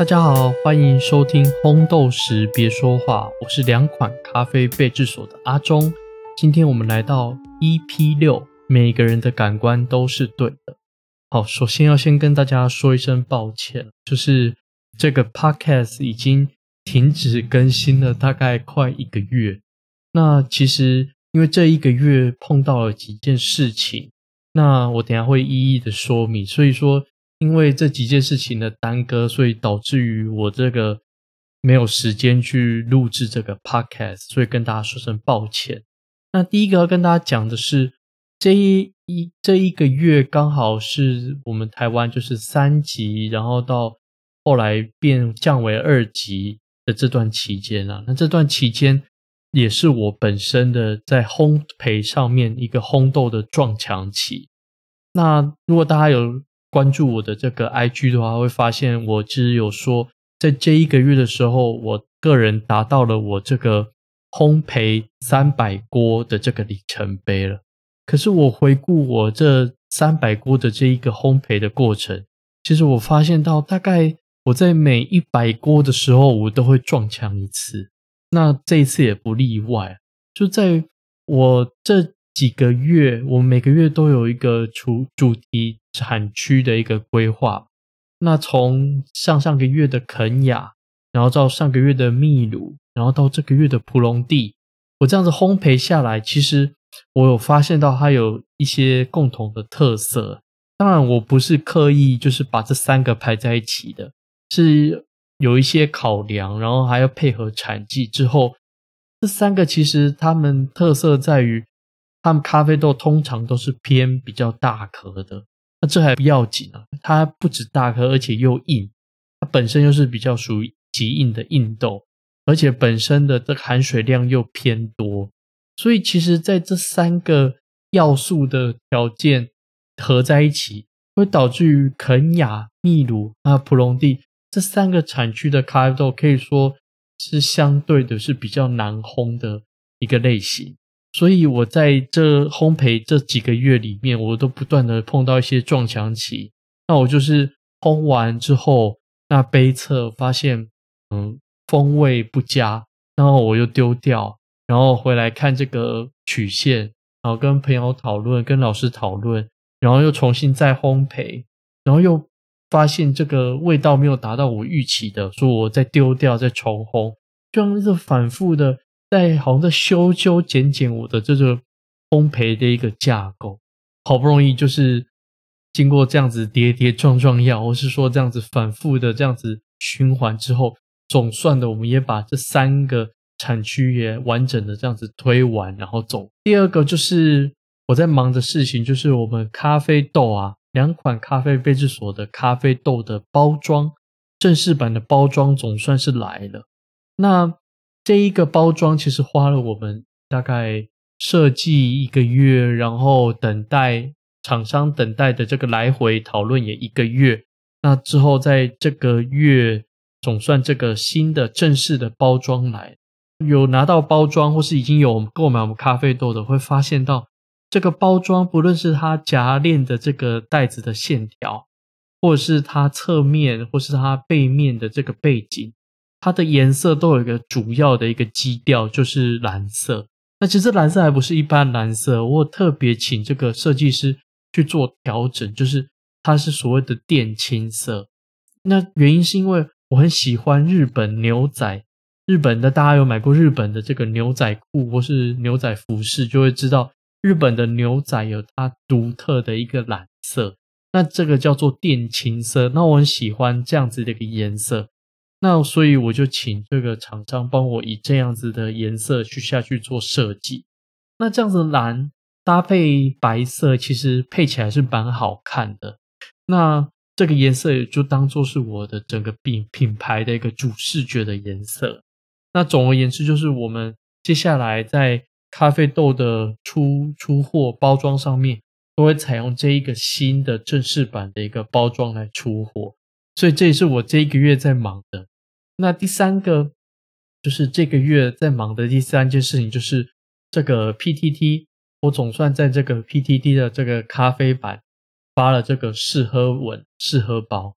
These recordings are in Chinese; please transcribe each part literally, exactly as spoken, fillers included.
大家好，欢迎收听烘豆时别说话，我是两款咖啡备制所的阿忠。今天我们来到 E P 六，每个人的感官都是对的。好，首先要先跟大家说一声抱歉，就是这个 podcast 已经停止更新了大概快一个月。那其实因为这一个月碰到了几件事情，那我等一下会一一的说明，所以说因为这几件事情的耽搁，所以导致于我这个没有时间去录制这个 podcast， 所以跟大家说声抱歉。那第一个要跟大家讲的是，这一这一个月刚好是我们台湾就是三级，然后到后来变降为二级的这段期间啊，那这段期间也是我本身的在烘焙上面一个烘豆的撞墙期。那如果大家有关注我的这个 I G 的话，会发现我其实有说，在这一个月的时候，我个人达到了我这个烘焙三百锅的这个里程碑了。可是我回顾我这三百锅的这一个烘焙的过程，其实我发现到大概我在每一百锅的时候，我都会撞墙一次。那这一次也不例外，就在我这几个月，我每个月都有一个主主题产区的一个规划。那从上上个月的肯雅，然后到上个月的秘鲁，然后到这个月的普隆地，我这样子烘焙下来，其实我有发现到它有一些共同的特色。当然我不是刻意就是把这三个排在一起的，是有一些考量，然后还要配合产季之后，这三个其实它们特色在于他们咖啡豆通常都是偏比较大颗的，那这还不要紧啊，它不止大颗而且又硬，它本身又是比较属于极硬的硬豆，而且本身的这个含水量又偏多，所以其实在这三个要素的条件合在一起，会导致于肯雅、秘鲁啊、普隆地这三个产区的咖啡豆可以说是相对的是比较难烘的一个类型。所以我在这烘焙这几个月里面，我都不断的碰到一些撞墙期。那我就是烘完之后，那杯测发现嗯风味不佳，然后我又丢掉，然后回来看这个曲线，然后跟朋友讨论，跟老师讨论，然后又重新再烘焙，然后又发现这个味道没有达到我预期的，所以我再丢掉再重烘，就像是反复的在好像在修修剪剪我的这个烘焙的一个架构。好不容易就是经过这样子跌跌撞撞要，或是说这样子反复的这样子循环之后，总算的我们也把这三个产区也完整的这样子推完然后走。第二个就是我在忙的事情，就是我们咖啡豆啊，两款咖啡备制所的咖啡豆的包装，正式版的包装总算是来了。那这一个包装其实花了我们大概设计一个月，然后等待厂商等待的这个来回讨论也一个月。那之后在这个月总算这个新的正式的包装来，有拿到包装或是已经有购买我们咖啡豆的，会发现到这个包装不论是它夹链的这个带子的线条，或者是它侧面或是它背面的这个背景，它的颜色都有一个主要的一个基调，就是蓝色。那其实蓝色还不是一般蓝色，我特别请这个设计师去做调整，就是它是所谓的靛青色。那原因是因为我很喜欢日本牛仔，日本的大家有买过日本的这个牛仔裤或是牛仔服饰，就会知道日本的牛仔有它独特的一个蓝色，那这个叫做靛青色。那我很喜欢这样子的一个颜色，那所以我就请这个厂商帮我以这样子的颜色去下去做设计。那这样子蓝搭配白色其实配起来是蛮好看的，那这个颜色也就当作是我的整个品品牌的一个主视觉的颜色。那总而言之，就是我们接下来在咖啡豆的出出货包装上面都会采用这一个新的正式版的一个包装来出货，所以这也是我这一个月在忙的。那第三个就是这个月在忙的第三件事情，就是这个 P T T， 我总算在这个 P T T 的这个咖啡版发了这个试喝文试喝包。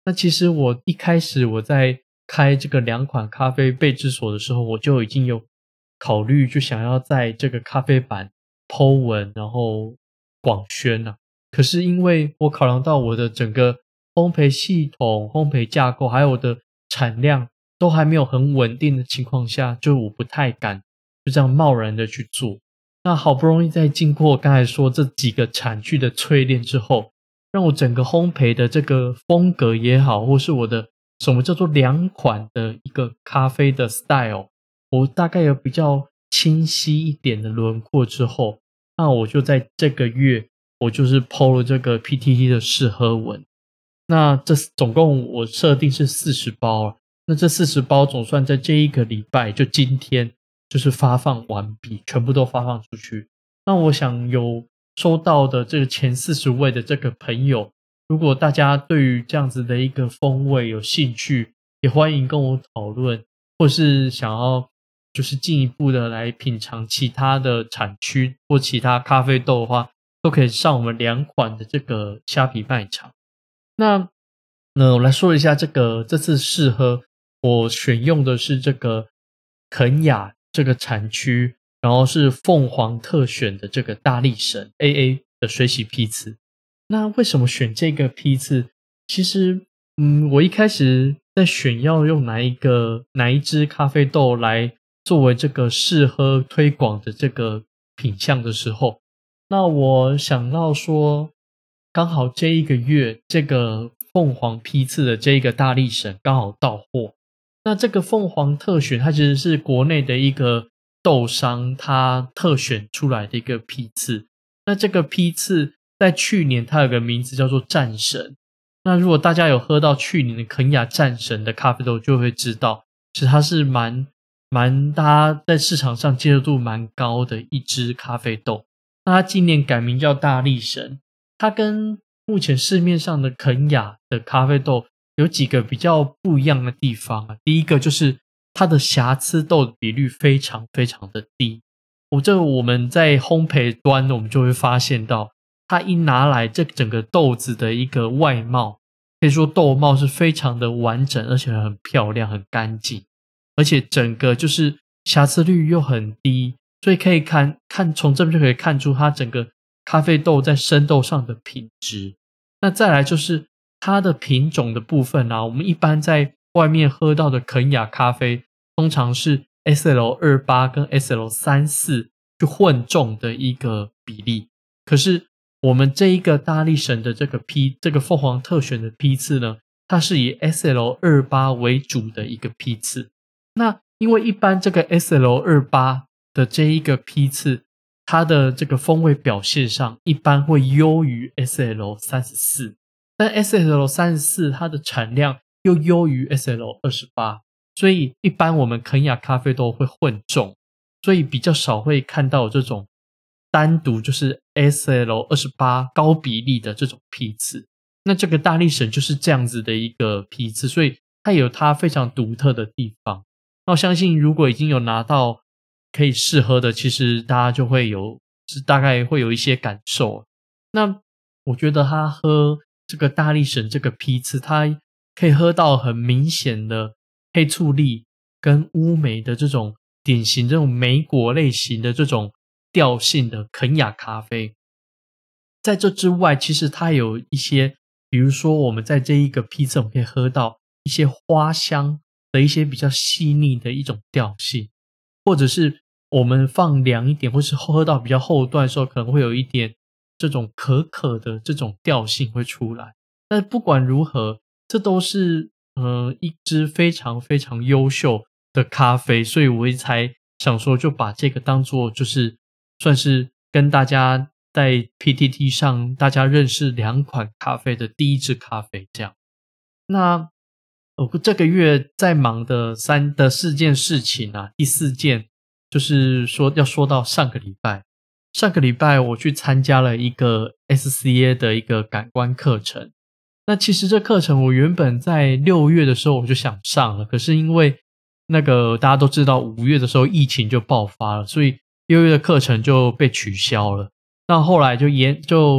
那其实我一开始我在开这个两款咖啡贝制所的时候，我就已经有考虑就想要在这个咖啡版 po 文，然后广宣啊。可是因为我考量到我的整个烘焙系统、烘焙架构还有我的产量都还没有很稳定的情况下，就我不太敢就这样贸然的去做。那好不容易在经过刚才说这几个产区的淬炼之后，让我整个烘焙的这个风格也好，或是我的什么叫做两款的一个咖啡的 style， 我大概有比较清晰一点的轮廓之后，那我就在这个月我就是 po 了这个 P T T 的试喝文。那这总共我设定是四十包啊，那这四十包总算在这一个礼拜，就今天就是发放完毕，全部都发放出去。那我想有收到的这个前四十位的这个朋友，如果大家对于这样子的一个风味有兴趣，也欢迎跟我讨论，或是想要就是进一步的来品尝其他的产区或其他咖啡豆的话，都可以上我们两款的这个虾皮卖场。那那我来说一下这个这次试喝，我选用的是这个肯雅这个产区，然后是凤凰特选的这个大力神 A A 的水洗批次。那为什么选这个批次？其实嗯，我一开始在选要用哪一个哪一支咖啡豆来作为这个试喝推广的这个品项的时候，那我想到说刚好这一个月这个凤凰批次的这一个大力神刚好到货。那这个凤凰特选它其实是国内的一个豆商它特选出来的一个批次。那这个批次在去年它有个名字叫做战神。那如果大家有喝到去年的肯雅战神的咖啡豆，就会知道其实它是蛮蛮大家在市场上接受度蛮高的一支咖啡豆。那它今年改名叫大力神，它跟目前市面上的肯雅的咖啡豆有几个比较不一样的地方啊。第一个就是它的瑕疵豆的比率非常非常的低。我这我们在烘焙端我们就会发现到，它一拿来这整个豆子的一个外貌，可以说豆貌是非常的完整，而且很漂亮很干净，而且整个就是瑕疵率又很低，所以可以看看从这边就可以看出它整个咖啡豆在生豆上的品质。那再来就是它的品种的部分啊，我们一般在外面喝到的肯雅咖啡通常是 S L 二十八 跟 S L 三十四 去混种的一个比例。可是我们这一个大力神的这个批这个凤凰特选的批次呢，它是以 S L 二十八 为主的一个批次。那因为一般这个 S L 二十八 的这一个批次，它的这个风味表现上一般会优于 S L 三十四， 但 S L 三十四 它的产量又优于 S L 二十八， 所以一般我们肯雅咖啡豆会混种，所以比较少会看到这种单独就是 S L 二十八 高比例的这种批次。那这个大力神就是这样子的一个批次，所以它有它非常独特的地方。那我相信如果已经有拿到可以试喝的，其实大家就会有是大概会有一些感受。那我觉得他喝这个大力神这个批次，它可以喝到很明显的黑醋栗跟乌梅的这种典型这种莓果类型的这种调性的肯雅咖啡。在这之外，其实它有一些比如说我们在这一个批次我们可以喝到一些花香的一些比较细腻的一种调性，或者是我们放凉一点或是喝到比较后段的时候，可能会有一点这种可可的这种调性会出来。但不管如何，这都是呃一支非常非常优秀的咖啡，所以我才想说就把这个当做就是算是跟大家在 P T T 上大家认识两款咖啡的第一支咖啡这样。那我这个月在忙的三的四件事情啊，第四件就是说要说到上个礼拜，上个礼拜我去参加了一个 S C A 的一个感官课程。那其实这课程我原本在六月的时候我就想上了，可是因为那个大家都知道五月的时候疫情就爆发了，所以六月的课程就被取消了。那后来就延就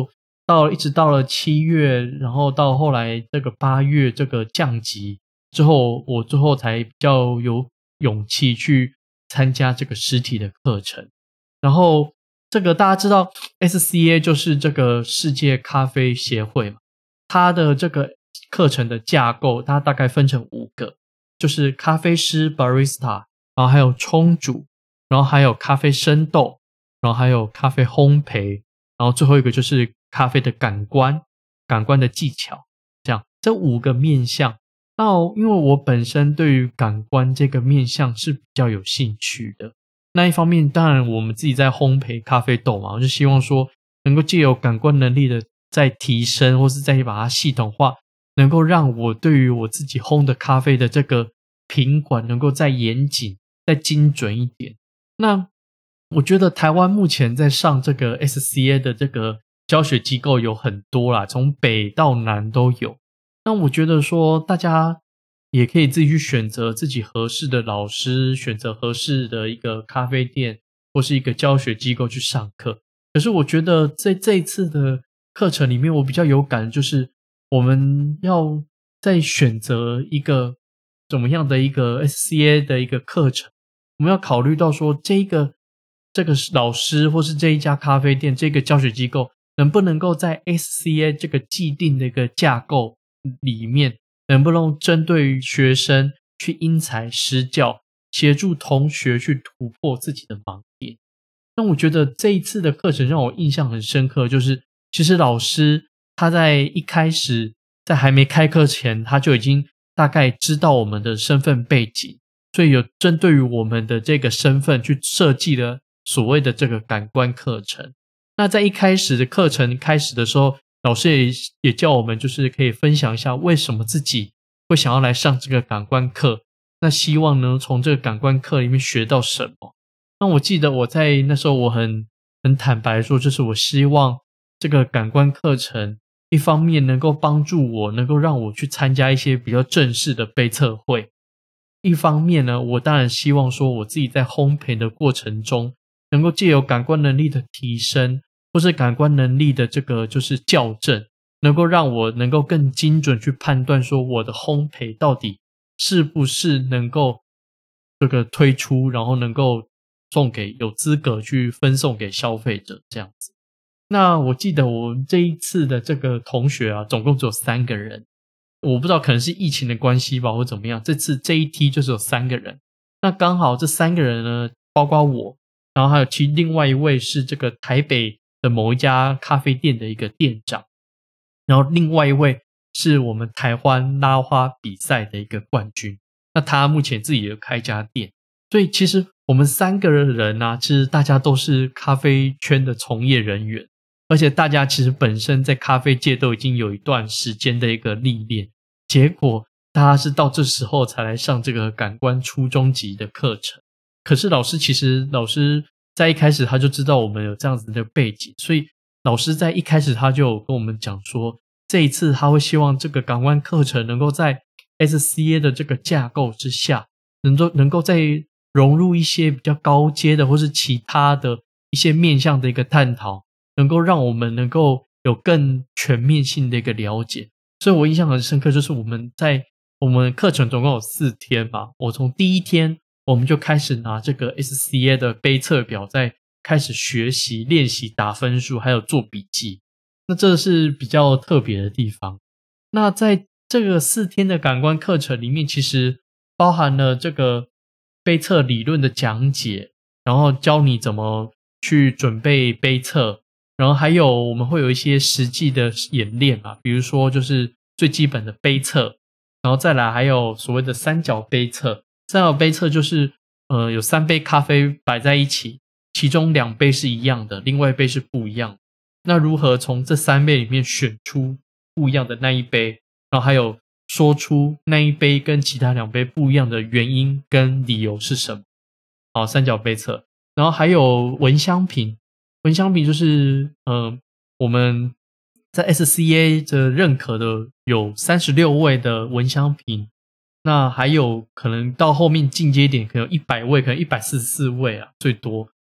到了一直到了七月，然后到后来这个八月这个降级之后，我最后才比较有勇气去参加这个实体的课程。然后这个大家知道 S C A 就是这个世界咖啡协会嘛，它的这个课程的架构它大概分成五个，就是咖啡师 barista， 然后还有冲煮，然后还有咖啡生豆，然后还有咖啡烘焙，然后最后一个就是咖啡的感官感官的技巧，这样这五个面向。那因为我本身对于感官这个面向是比较有兴趣的，那一方面当然我们自己在烘焙咖啡豆嘛，我就希望说能够藉由感官能力的再提升，或是再把它系统化，能够让我对于我自己烘的咖啡的这个品管能够再严谨再精准一点。那我觉得台湾目前在上这个 S C A 的这个教学机构有很多啦，从北到南都有。那我觉得说大家也可以自己去选择自己合适的老师，选择合适的一个咖啡店或是一个教学机构去上课。可是我觉得在这一次的课程里面，我比较有感的就是我们要再选择一个怎么样的一个 S C A 的一个课程，我们要考虑到说这个这个老师或是这一家咖啡店这个教学机构能不能够在 S C A 这个既定的一个架构里面，能不能针对于学生去因材施教，协助同学去突破自己的盲点。那我觉得这一次的课程让我印象很深刻，就是其实老师他在一开始在还没开课前，他就已经大概知道我们的身份背景，所以有针对于我们的这个身份去设计了所谓的这个感官课程。那在一开始的课程开始的时候，老师也也叫我们就是可以分享一下为什么自己会想要来上这个感官课，那希望呢从这个感官课里面学到什么。那我记得我在那时候我很很坦白说，就是我希望这个感官课程一方面能够帮助我，能够让我去参加一些比较正式的杯测会，一方面呢我当然希望说我自己在烘焙的过程中能够藉由感官能力的提升，或是感官能力的这个就是校正，能够让我能够更精准去判断说我的烘焙到底是不是能够这个推出，然后能够送给有资格去分送给消费者这样子。那我记得我这一次的这个同学啊，总共只有三个人，我不知道可能是疫情的关系吧或怎么样，这次这一梯就是有三个人。那刚好这三个人呢，包括我，然后还有其另外一位是这个台北的某一家咖啡店的一个店长，然后另外一位是我们台湾拉花比赛的一个冠军，那他目前自己有开一家店。所以其实我们三个人啊，其实大家都是咖啡圈的从业人员，而且大家其实本身在咖啡界都已经有一段时间的一个历练，结果大家是到这时候才来上这个感官初中级的课程。可是老师其实老师在一开始他就知道我们有这样子的背景，所以老师在一开始他就有跟我们讲说，这一次他会希望这个感官课程能够在 S C A 的这个架构之下，能够能够再融入一些比较高阶的或是其他的一些面向的一个探讨，能够让我们能够有更全面性的一个了解。所以我印象很深刻，就是我们在我们课程总共有四天嘛，我从第一天我们就开始拿这个 S C A 的杯测表，在开始学习练习打分数还有做笔记，那这是比较特别的地方。那在这个四天的感官课程里面，其实包含了这个杯测理论的讲解，然后教你怎么去准备杯测，然后还有我们会有一些实际的演练嘛，比如说就是最基本的杯测，然后再来还有所谓的三角杯测。三角杯测就是呃有三杯咖啡摆在一起，其中两杯是一样的，另外一杯是不一样的，那如何从这三杯里面选出不一样的那一杯，然后还有说出那一杯跟其他两杯不一样的原因跟理由是什么。好，三角杯测。然后还有闻香瓶，闻香瓶就是呃我们在 S C A 的认可的有三十六位的闻香瓶，那还有可能到后面进阶一点可能有一百位，可能一百四十四位啊最多。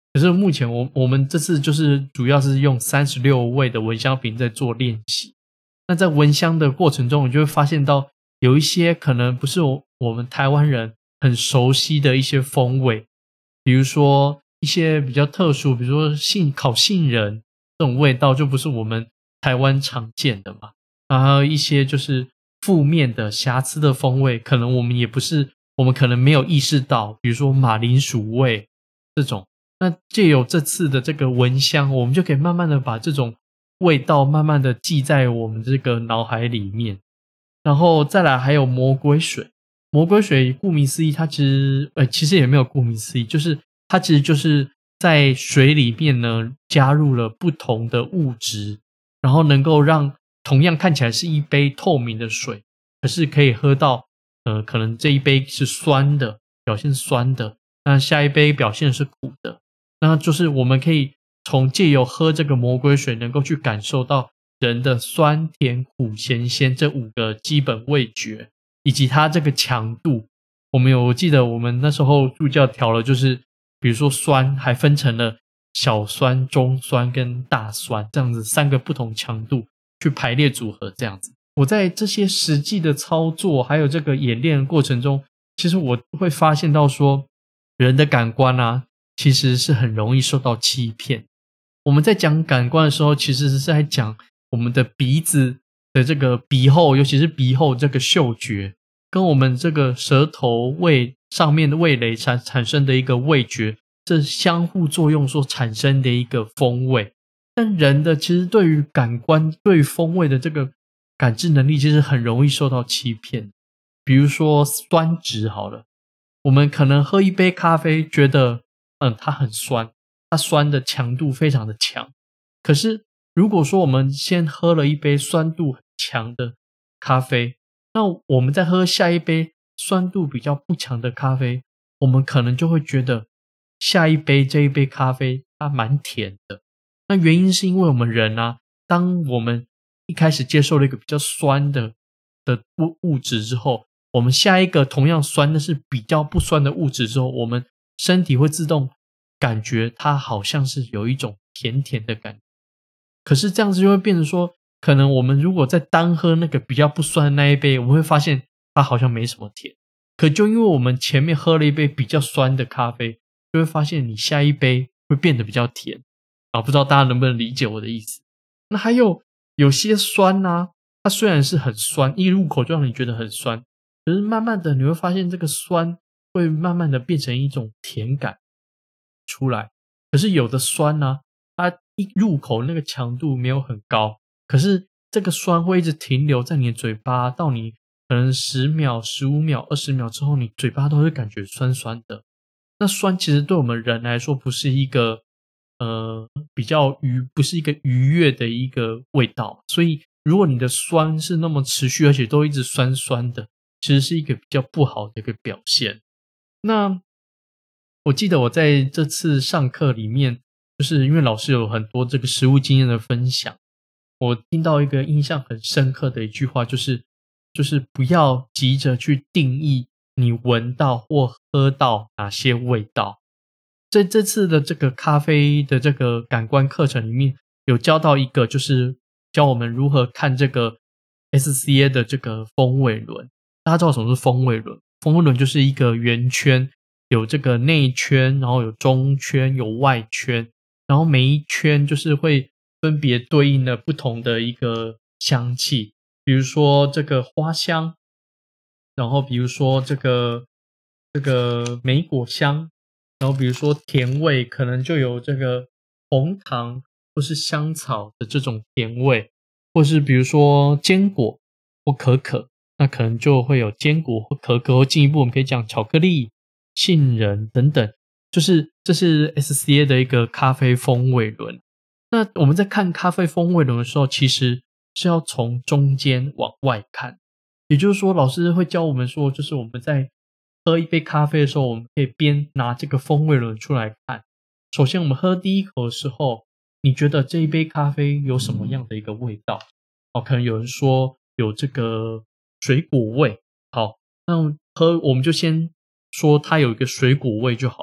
可是目前我我们这次就是主要是用三十六味的蚊香瓶在做练习。那在闻香的过程中，你就会发现到有一些可能不是我我们台湾人很熟悉的一些风味，比如说一些比较特殊，比如说杏烤杏仁这种味道就不是我们台湾常见的嘛。然后还有一些就是负面的瑕疵的风味，可能我们也不是我们可能没有意识到，比如说马铃薯味这种。那藉由这次的这个闻香，我们就可以慢慢的把这种味道慢慢的记在我们这个脑海里面。然后再来还有魔鬼水，魔鬼水顾名思义，它其实呃其实也没有顾名思义，就是它其实就是在水里面呢加入了不同的物质，然后能够让同样看起来是一杯透明的水，可是可以喝到呃可能这一杯是酸的，表现酸的，那下一杯表现是苦的。那就是我们可以从借由喝这个魔鬼水能够去感受到人的酸甜苦咸鲜这五个基本味觉，以及它这个强度。我们有我记得我们那时候助教调了，就是比如说酸还分成了小酸、中酸跟大酸这样子三个不同强度去排列组合这样子。我在这些实际的操作还有这个演练的过程中，其实我会发现到说人的感官啊其实是很容易受到欺骗。我们在讲感官的时候，其实是在讲我们的鼻子的这个鼻后，尤其是鼻后这个嗅觉，跟我们这个舌头味上面的味蕾产产生的一个味觉，这相互作用所产生的一个风味。但人的其实对于感官、对于风味的这个感知能力，其实很容易受到欺骗。比如说酸质好了，我们可能喝一杯咖啡，觉得嗯它很酸，它酸的强度非常的强。可是如果说我们先喝了一杯酸度很强的咖啡，那我们再喝下一杯酸度比较不强的咖啡，我们可能就会觉得下一杯这一杯咖啡它蛮甜的。那原因是因为我们人啊，当我们一开始接受了一个比较酸的的物物质之后，我们下一个同样酸但是比较不酸的物质之后，我们身体会自动感觉它好像是有一种甜甜的感觉。可是这样子就会变成说，可能我们如果在单喝那个比较不酸的那一杯，我们会发现它好像没什么甜。可就因为我们前面喝了一杯比较酸的咖啡，就会发现你下一杯会变得比较甜啊，不知道大家能不能理解我的意思。那还有有些酸啊，它虽然是很酸，一入口就让你觉得很酸，可是慢慢的你会发现这个酸会慢慢的变成一种甜感出来。可是有的酸啊，它一入口那个强度没有很高，可是这个酸会一直停留在你的嘴巴，到你可能十秒、十五秒、二十秒之后，你嘴巴都会感觉酸酸的。那酸其实对我们人来说不是一个呃比较愉不是一个愉悦的一个味道，所以如果你的酸是那么持续，而且都一直酸酸的，其实是一个比较不好的一个表现。那我记得我在这次上课里面，就是因为老师有很多这个实务经验的分享，我听到一个印象很深刻的一句话，就是就是不要急着去定义你闻到或喝到哪些味道。在这次的这个咖啡的这个感官课程里面，有教到一个，就是教我们如何看这个 S C A 的这个风味轮。大家知道什么是风味轮？风味轮就是一个圆圈，有这个内圈，然后有中圈，有外圈，然后每一圈就是会分别对应了不同的一个香气，比如说这个花香，然后比如说这个这个莓果香，然后比如说甜味，可能就有这个红糖或是香草的这种甜味，或是比如说坚果或可可，那可能就会有坚果或可可，或进一步我们可以讲巧克力、杏仁等等，就是这是 S C A 的一个咖啡风味轮。那我们在看咖啡风味轮的时候，其实是要从中间往外看，也就是说老师会教我们说，就是我们在喝一杯咖啡的时候，我们可以边拿这个风味轮出来看。首先我们喝第一口的时候，你觉得这一杯咖啡有什么样的一个味道？哦，可能有人说有这个水果味。好，那喝我们就先说它有一个水果味就好了。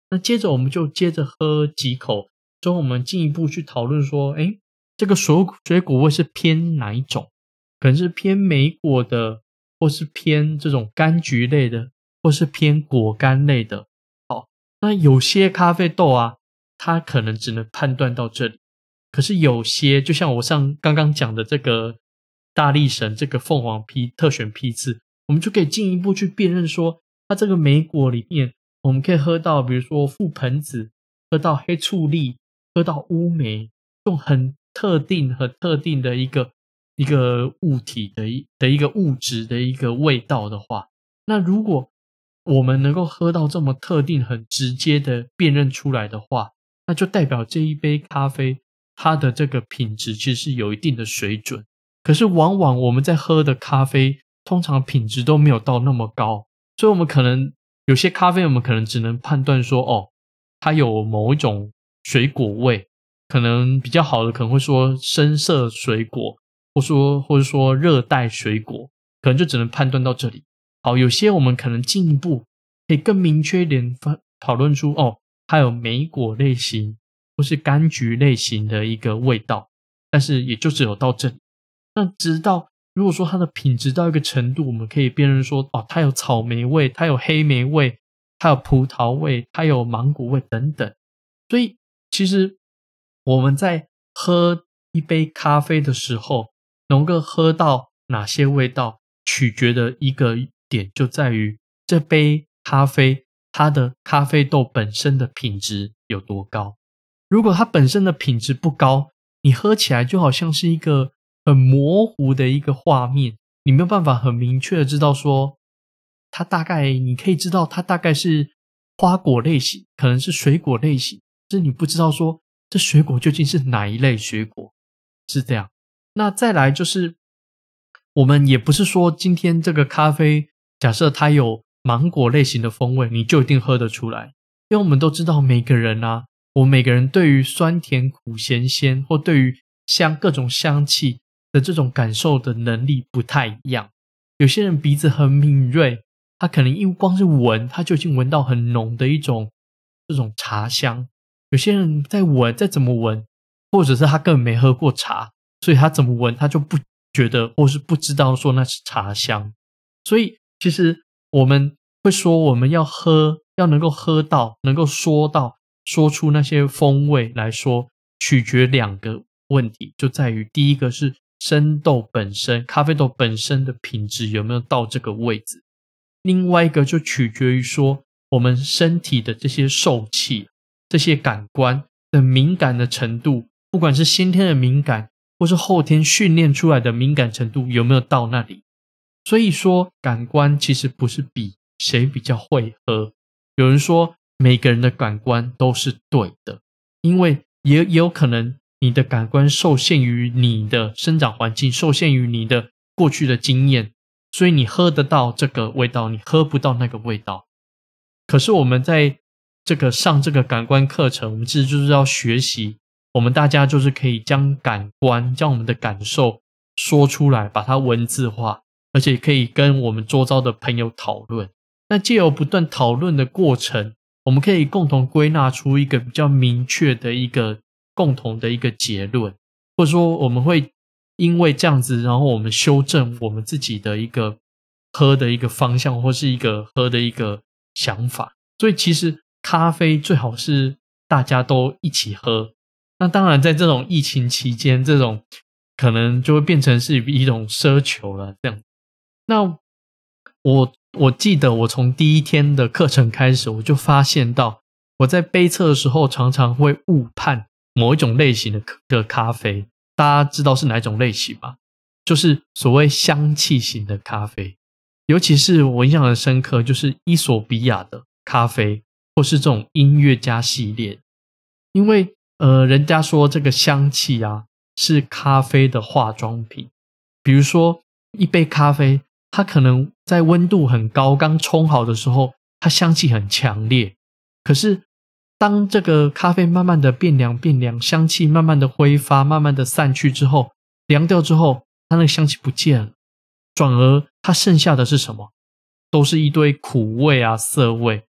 那接着我们就接着喝几口，之后我们进一步去讨论说，诶，这个水水果味是偏哪一种？可能是偏莓果的，或是偏这种柑橘类的，或是偏果干类的。好，那有些咖啡豆啊，它可能只能判断到这里。可是有些，就像我上刚刚讲的这个大力神这个凤凰批特选批次，我们就可以进一步去辨认说，它这个莓果里面，我们可以喝到比如说覆盆子，喝到黑醋栗，喝到乌梅，这种很特定很特定的一个一个物体的一的一个物质的一个味道的话，那如果我们能够喝到这么特定很直接的辨认出来的话，那就代表这一杯咖啡它的这个品质其实是有一定的水准。可是往往我们在喝的咖啡通常品质都没有到那么高，所以我们可能有些咖啡我们可能只能判断说，哦，它有某一种水果味，可能比较好的可能会说深色水果，或说或者说热带水果，可能就只能判断到这里。好，有些我们可能进一步可以更明确一点讨论出，哦，它有莓果类型或是柑橘类型的一个味道，但是也就只有到这里。那直到如果说它的品质到一个程度，我们可以辨认说，哦，它有草莓味，它有黑莓味，它有葡萄味，它有芒果味等等。所以其实我们在喝一杯咖啡的时候，能够喝到哪些味道，取决的一个点就在于这杯咖啡它的咖啡豆本身的品质有多高。如果它本身的品质不高，你喝起来就好像是一个很模糊的一个画面，你没有办法很明确的知道说它大概，你可以知道它大概是花果类型，可能是水果类型，但是你不知道说这水果究竟是哪一类水果，是这样。那再来就是我们也不是说今天这个咖啡假设它有芒果类型的风味你就一定喝得出来，因为我们都知道每个人啊，我们每个人对于酸甜苦咸鲜或对于香各种香气的这种感受的能力不太一样。有些人鼻子很敏锐，他可能因为光是闻他就已经闻到很浓的一种这种茶香，有些人在闻再怎么闻，或者是他根本没喝过茶，所以他怎么闻他就不觉得或是不知道说那是茶香。所以其实我们会说我们要喝，要能够喝到，能够说到说出那些风味来说，取决两个问题，就在于第一个是生豆本身，咖啡豆本身的品质有没有到这个位置，另外一个就取决于说我们身体的这些受气，这些感官的敏感的程度，不管是先天的敏感或是后天训练出来的敏感程度有没有到那里。所以说感官其实不是比谁比较会喝，有人说每个人的感官都是对的，因为也也有可能你的感官受限于你的生长环境，受限于你的过去的经验，所以你喝得到这个味道，你喝不到那个味道。可是我们在这个上这个感官课程，我们其实就是要学习，我们大家就是可以将感官，将我们的感受说出来，把它文字化，而且可以跟我们周遭的朋友讨论。那藉由不断讨论的过程，我们可以共同归纳出一个比较明确的一个共同的一个结论，或者说我们会因为这样子，然后我们修正我们自己的一个喝的一个方向，或是一个喝的一个想法。所以其实咖啡最好是大家都一起喝，那当然在这种疫情期间，这种可能就会变成是一种奢求了这样。那我我记得我从第一天的课程开始，我就发现到我在杯测的时候常常会误判某一种类型 的, 的咖啡。大家知道是哪一种类型吗？就是所谓香气型的咖啡，尤其是我印象很深刻，就是伊索比亚的咖啡，或是这种音乐家系列。因为呃，人家说这个香气啊是咖啡的化妆品，比如说一杯咖啡，它可能在温度很高刚冲好的时候，它香气很强烈，可是当这个咖啡慢慢的变凉变凉，香气慢慢的挥发，慢慢的散去之后，凉掉之后，它那个香气不见了，转而它剩下的是什么？都是一堆苦味啊涩味。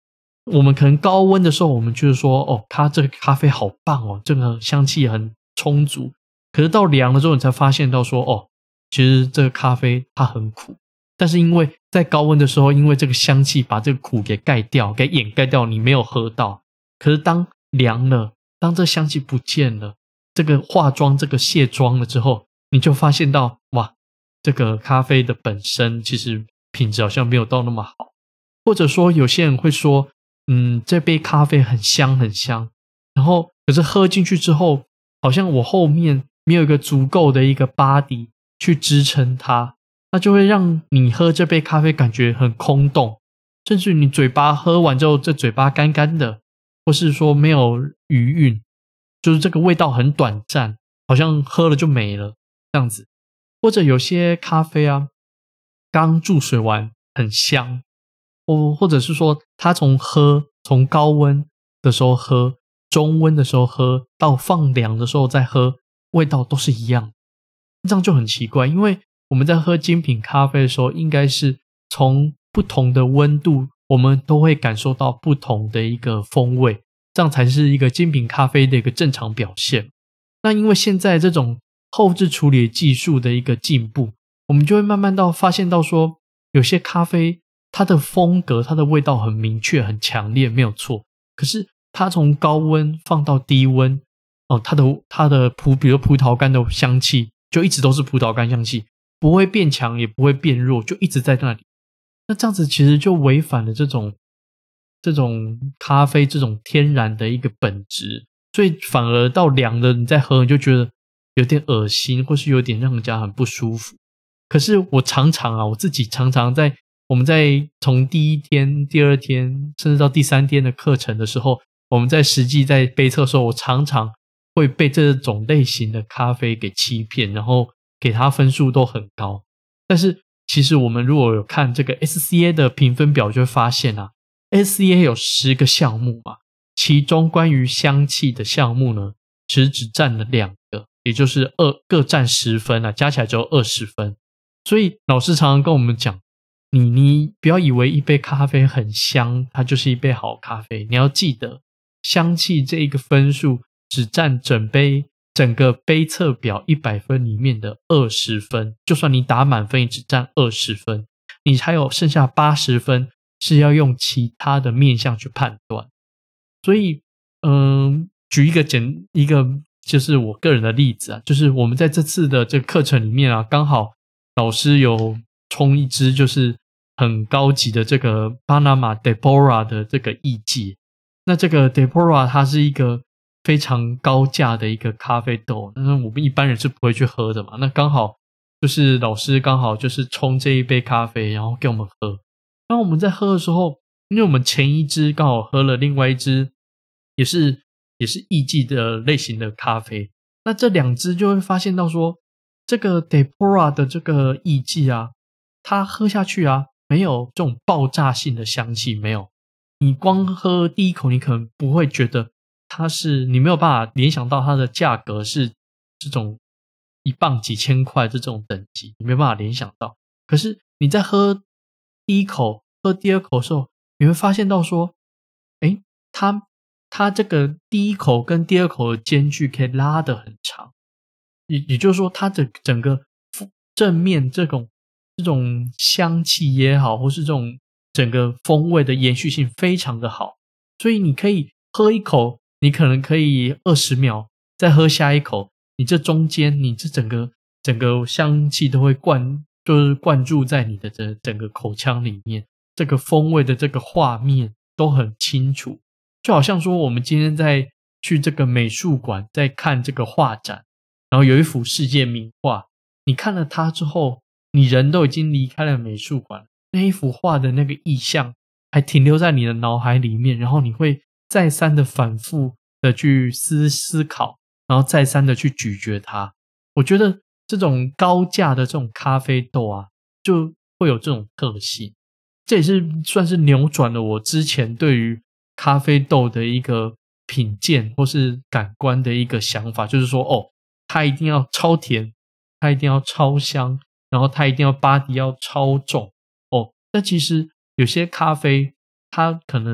我们可能高温的时候，我们就是说，哦，它这个咖啡好棒哦，这个香气很充足。可是到凉了之后，你才发现到说，哦，其实这个咖啡它很苦。但是因为在高温的时候，因为这个香气把这个苦给盖掉，给掩盖掉，你没有喝到。可是当凉了，当这香气不见了，这个化妆这个卸妆了之后，你就发现到，哇，这个咖啡的本身其实品质好像没有到那么好。或者说有些人会说，嗯，这杯咖啡很香很香，然后可是喝进去之后，好像我后面没有一个足够的一个 body 去支撑它，那就会让你喝这杯咖啡感觉很空洞，甚至你嘴巴喝完之后，这嘴巴干干的，或是说没有余韵，就是这个味道很短暂，好像喝了就没了这样子。或者有些咖啡啊，刚注水完很香，或或者是说它从喝从高温的时候喝，中温的时候喝，到放凉的时候再喝，味道都是一样，这样就很奇怪。因为我们在喝精品咖啡的时候，应该是从不同的温度，我们都会感受到不同的一个风味，这样才是一个精品咖啡的一个正常表现。那因为现在这种后置处理技术的一个进步，我们就会慢慢到发现到说，有些咖啡它的风格它的味道很明确很强烈没有错，可是它从高温放到低温，哦，它的它的葡比如葡萄干的香气就一直都是葡萄干香气，不会变强也不会变弱，就一直在那里。那这样子其实就违反了这种这种咖啡这种天然的一个本质，所以反而到凉了你再喝，你就觉得有点恶心，或是有点让人家很不舒服。可是我常常啊，我自己常常在我们在从第一天、第二天，甚至到第三天的课程的时候，我们在实际在杯测的时候，我常常会被这种类型的咖啡给欺骗，然后给它分数都很高。但是其实我们如果有看这个 S C A 的评分表，就会发现啊 ，S C A 有十个项目嘛，其中关于香气的项目呢，其实只占了两个，也就是二各占十分啊，加起来只有二十分。所以老师常常跟我们讲，你你不要以为一杯咖啡很香，它就是一杯好咖啡。你要记得，香气这一个分数只占整杯整个杯测表一百分里面的二十分，就算你打满分也只占二十分，你还有剩下八十分是要用其他的面向去判断。所以，嗯，举一个简一个就是我个人的例子啊，就是我们在这次的这个课程里面啊，刚好老师有冲一支就是很高级的这个巴拿马 Deborah 的这个艺伎。那这个 Deborah 它是一个非常高价的一个咖啡豆，那我们一般人是不会去喝的嘛。那刚好就是老师刚好就是冲这一杯咖啡，然后给我们喝。然后我们在喝的时候，因为我们前一支刚好喝了另外一支也是也是艺伎的类型的咖啡，那这两支就会发现到说，这个 Deborah 的这个艺伎啊，它喝下去啊，没有这种爆炸性的香气，没有。你光喝第一口，你可能不会觉得它是，你没有办法联想到它的价格是这种一磅几千块这种等级，你没办法联想到。可是你在喝第一口、喝第二口的时候，你会发现到说，诶，它它这个第一口跟第二口的间距可以拉得很长，也也就是说，它的整个正面这种这种香气也好，或是这种整个风味的延续性非常的好，所以你可以喝一口，你可能可以二十秒再喝下一口，你这中间你这整个整个香气都会灌就是灌注在你的这整个口腔里面，这个风味的这个画面都很清楚，就好像说我们今天在去这个美术馆在看这个画展，然后有一幅世界名画，你看了它之后，你人都已经离开了美术馆，那一幅画的那个意象还停留在你的脑海里面，然后你会再三的反复的去思思考，然后再三的去咀嚼它。我觉得这种高价的这种咖啡豆啊，就会有这种特性。这也是算是扭转了我之前对于咖啡豆的一个品鉴或是感官的一个想法，就是说哦，它一定要超甜，它一定要超香，然后它一定要 body 要超重哦。但其实有些咖啡它可能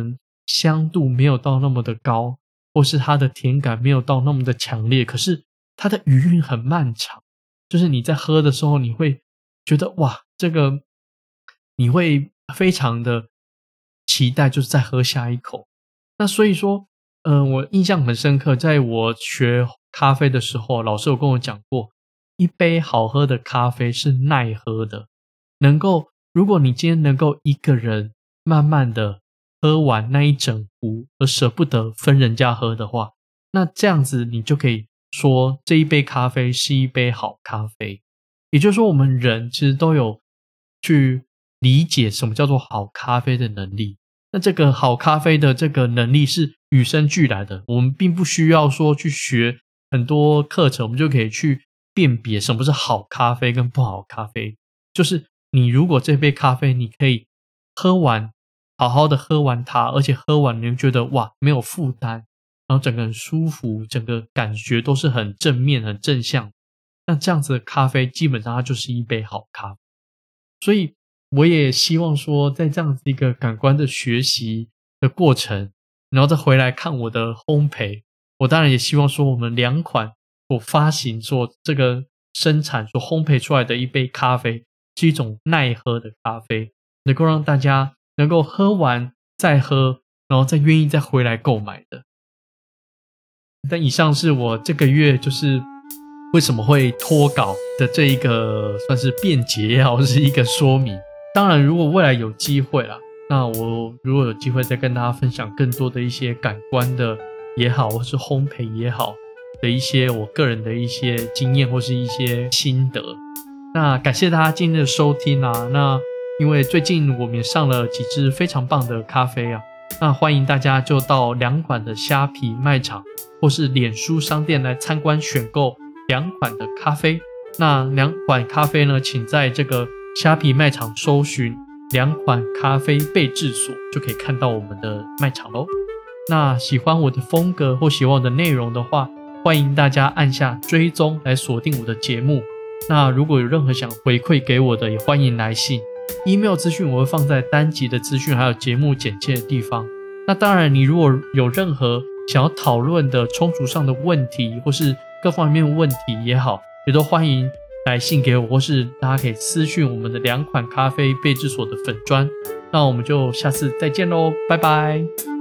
香度没有到那么的高，或是它的甜感没有到那么的强烈，可是它的余韵很漫长，就是你在喝的时候你会觉得哇，这个你会非常的期待就是再喝下一口。那所以说嗯、呃，我印象很深刻，在我学咖啡的时候，老师有跟我讲过，一杯好喝的咖啡是耐喝的，能够如果你今天能够一个人慢慢的喝完那一整壶而舍不得分人家喝的话，那这样子你就可以说这一杯咖啡是一杯好咖啡。也就是说我们人其实都有去理解什么叫做好咖啡的能力，那这个好咖啡的这个能力是与生俱来的，我们并不需要说去学很多课程，我们就可以去辨别什么是好咖啡跟不好咖啡。就是你如果这杯咖啡你可以喝完，好好的喝完它，而且喝完你就觉得哇没有负担，然后整个很舒服，整个感觉都是很正面很正向，那这样子的咖啡基本上它就是一杯好咖啡。所以我也希望说在这样子一个感官的学习的过程，然后再回来看我的烘焙，我当然也希望说我们两款所发行所这个生产所烘焙出来的一杯咖啡是一种耐喝的咖啡，能够让大家能够喝完再喝，然后再愿意再回来购买的。但以上是我这个月就是为什么会脱稿的这一个算是辩解也好，是一个说明。当然如果未来有机会啦，那我如果有机会再跟大家分享更多的一些感官的也好，或是烘焙也好的一些我个人的一些经验或是一些心得。那感谢大家今天的收听啊，那因为最近我们也上了几支非常棒的咖啡啊，那欢迎大家就到两款的虾皮卖场或是脸书商店来参观选购两款的咖啡。那两款咖啡呢，请在这个虾皮卖场搜寻两款咖啡备制所，就可以看到我们的卖场咯。那喜欢我的风格或喜欢我的内容的话，欢迎大家按下追踪来锁定我的节目。那如果有任何想回馈给我的，也欢迎来信， email 资讯我会放在单集的资讯还有节目简介的地方。那当然你如果有任何想要讨论的冲突上的问题或是各方面的问题也好，也都欢迎来信给我，或是大家可以私讯我们的两款咖啡备制所的粉专。那我们就下次再见咯，拜拜。